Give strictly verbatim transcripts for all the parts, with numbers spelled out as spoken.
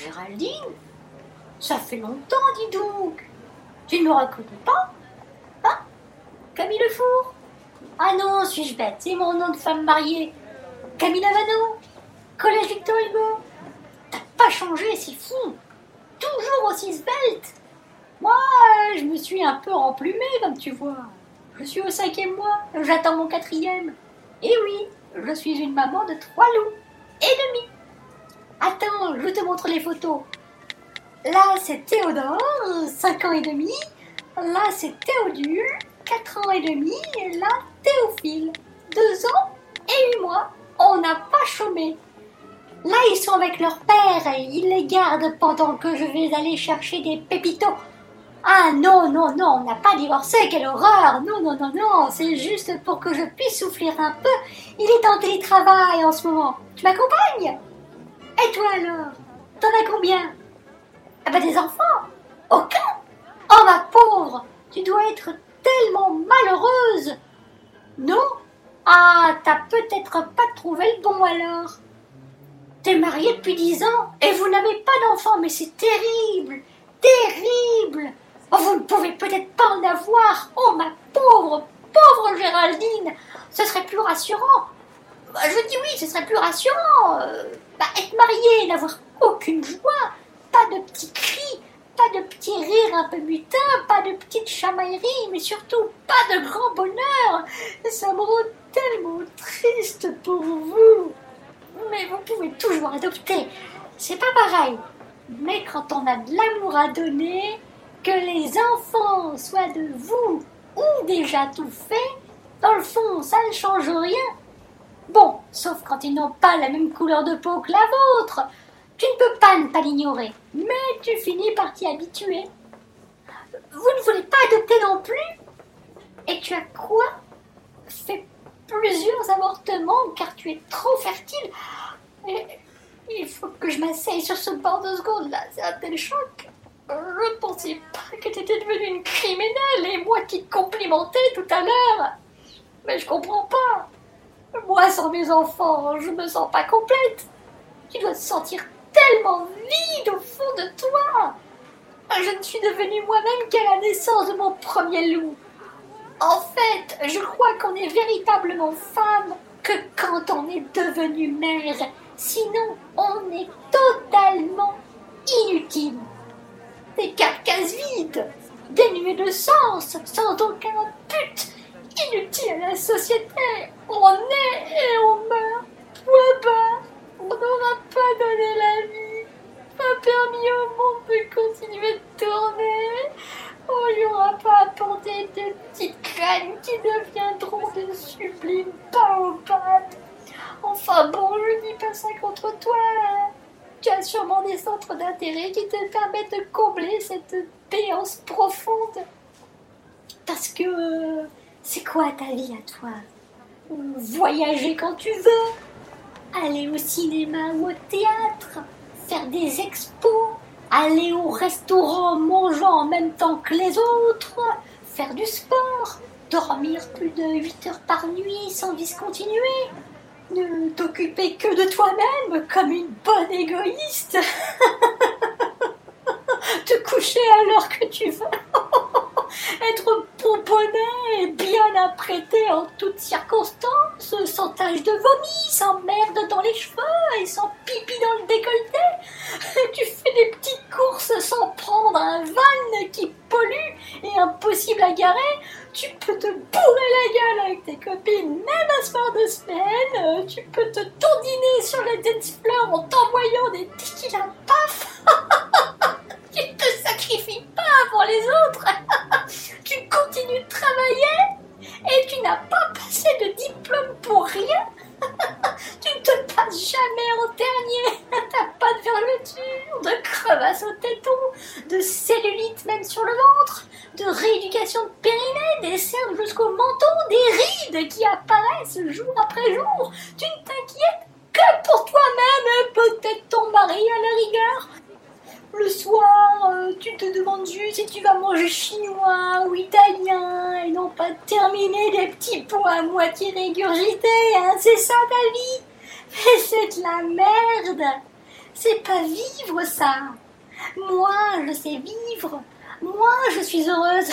Géraldine, ça fait longtemps, dis donc. Tu ne me reconnais pas? Hein? Camille Lefour? Ah non, suis-je bête, c'est mon nom de femme mariée. Camille Lavano, collège Victor Hugo. T'as pas changé, c'est fou. Toujours aussi svelte. Moi, je me suis un peu remplumée, comme tu vois. Je suis au cinquième mois, j'attends mon quatrième. Et oui, je suis une maman de trois loups et demi. Attends, je te montre les photos. Là, c'est Théodore, cinq ans et demi. Là, c'est Théodule, quatre ans et demi. Et là, Théophile, deux ans et huit mois. On n'a pas chômé. Là, ils sont avec leur père et ils les gardent pendant que je vais aller chercher des pépitos. Ah non, non, non, on n'a pas divorcé, quelle horreur. Non, non, non, non, c'est juste pour que je puisse souffler un peu. Il est en télétravail en ce moment. Tu m'accompagnes? Et toi alors? T'en as combien? Ah ben des enfants? Aucun? Oh ma pauvre, tu dois être tellement malheureuse. Non? Ah, t'as peut-être pas trouvé le bon alors. T'es mariée depuis dix ans et vous n'avez pas d'enfants, mais c'est terrible, terrible. Oh, vous ne pouvez peut-être pas en avoir. Oh ma pauvre, pauvre Géraldine. Ce serait plus rassurant. Je dis oui, ce serait plus rassurant. Euh, bah, être mariée, n'avoir aucune joie, pas de petits cris, pas de petits rires un peu mutins, pas de petites chamailleries, mais surtout pas de grand bonheur. Ça me rend tellement triste pour vous. Mais vous pouvez toujours adopter, c'est pas pareil. Mais quand on a de l'amour à donner, que les enfants soient de vous ou déjà tout fait, dans le fond, ça ne change rien. Bon, sauf quand ils n'ont pas la même couleur de peau que la vôtre. Tu ne peux pas ne pas l'ignorer, mais tu finis par t'y habituer. Vous ne voulez pas adopter non plus? Et tu as quoi? Fait plusieurs avortements car tu es trop fertile. Et il faut que je m'asseye sur ce bord de seconde là, c'est un tel choc. Je ne pensais pas que tu étais devenue une criminelle et moi qui te complimentais tout à l'heure. Mais je comprends pas. Moi sans mes enfants, je me sens pas complète. Tu dois te sentir tellement vide au fond de toi. Je ne suis devenue moi-même qu'à la naissance de mon premier loup. En fait, je crois qu'on est véritablement femme que quand on est devenu mère. Sinon, on est totalement inutile. Des carcasses vides, dénuées de sens, sans aucun but, inutiles à la société. On est et on meurt. Point barre. On n'aura pas donné la vie, pas permis au monde de continuer de tourner. On lui aura pas apporté de petites graines qui deviendront de sublimes baobabs. Enfin bon, je dis pas ça contre toi. Hein. Tu as sûrement des centres d'intérêt qui te permettent de combler cette béance profonde. Parce que euh, c'est quoi ta vie à toi? Voyager quand tu veux, aller au cinéma ou au théâtre, faire des expos, aller au restaurant mangeant en même temps que les autres, faire du sport, dormir plus de huit heures par nuit sans discontinuer, ne t'occuper que de toi-même comme une bonne égoïste, te coucher à l'heure que tu veux, être pomponné et bien apprêté en toutes circonstances, sans tache de vomi, sans merde dans les cheveux et sans pipi dans le décolleté. Tu fais des petites courses sans prendre un van qui pollue et impossible à garer. Tu peux te bourrer la gueule avec tes copines, même un soir de semaine. Tu peux te tondiner sur le dance floor en t'envoyant des tequila paf. Tu te sacrifies pas pour les autres. Tu continues de travailler et tu n'as pas passé de diplôme pour rien. Tu ne te passes jamais en dernier. T'as pas de vermeture, de crevasse au téton, de cellulite même sur le ventre, de rééducation de périnée, des cernes jusqu'au menton, des rides qui apparaissent jour après jour. Tu ne t'inquiètes que pour toi-même et peut-être ton mari à la rigueur. Le soir, euh, tu te demandes juste si tu vas manger chinois ou italien et non pas terminer des petits pots à moitié régurgités, hein, c'est ça ta vie. Mais c'est de la merde. C'est pas vivre ça. Moi, je sais vivre. Moi, je suis heureuse.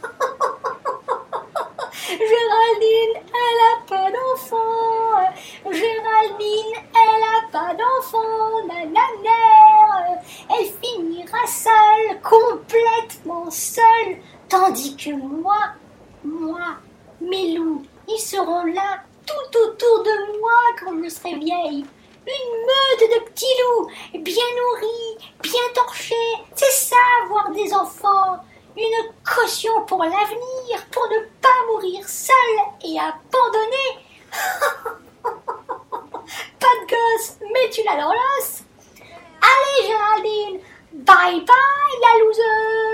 Géraldine, elle a pas d'enfant. Géraldine, elle a pas d'enfant. Nanana. Elle finira seule, complètement seule. Tandis que moi, moi, mes loups, ils seront là, tout autour de moi quand je serai vieille. Une meute de petits loups, bien nourris, bien torchés. C'est ça, avoir des enfants. Une caution pour l'avenir, pour ne pas mourir seule et abandonnée. Pas de gosse, mais tu l'as dans l'os. Allez, Géraldine, bye bye la loseuse.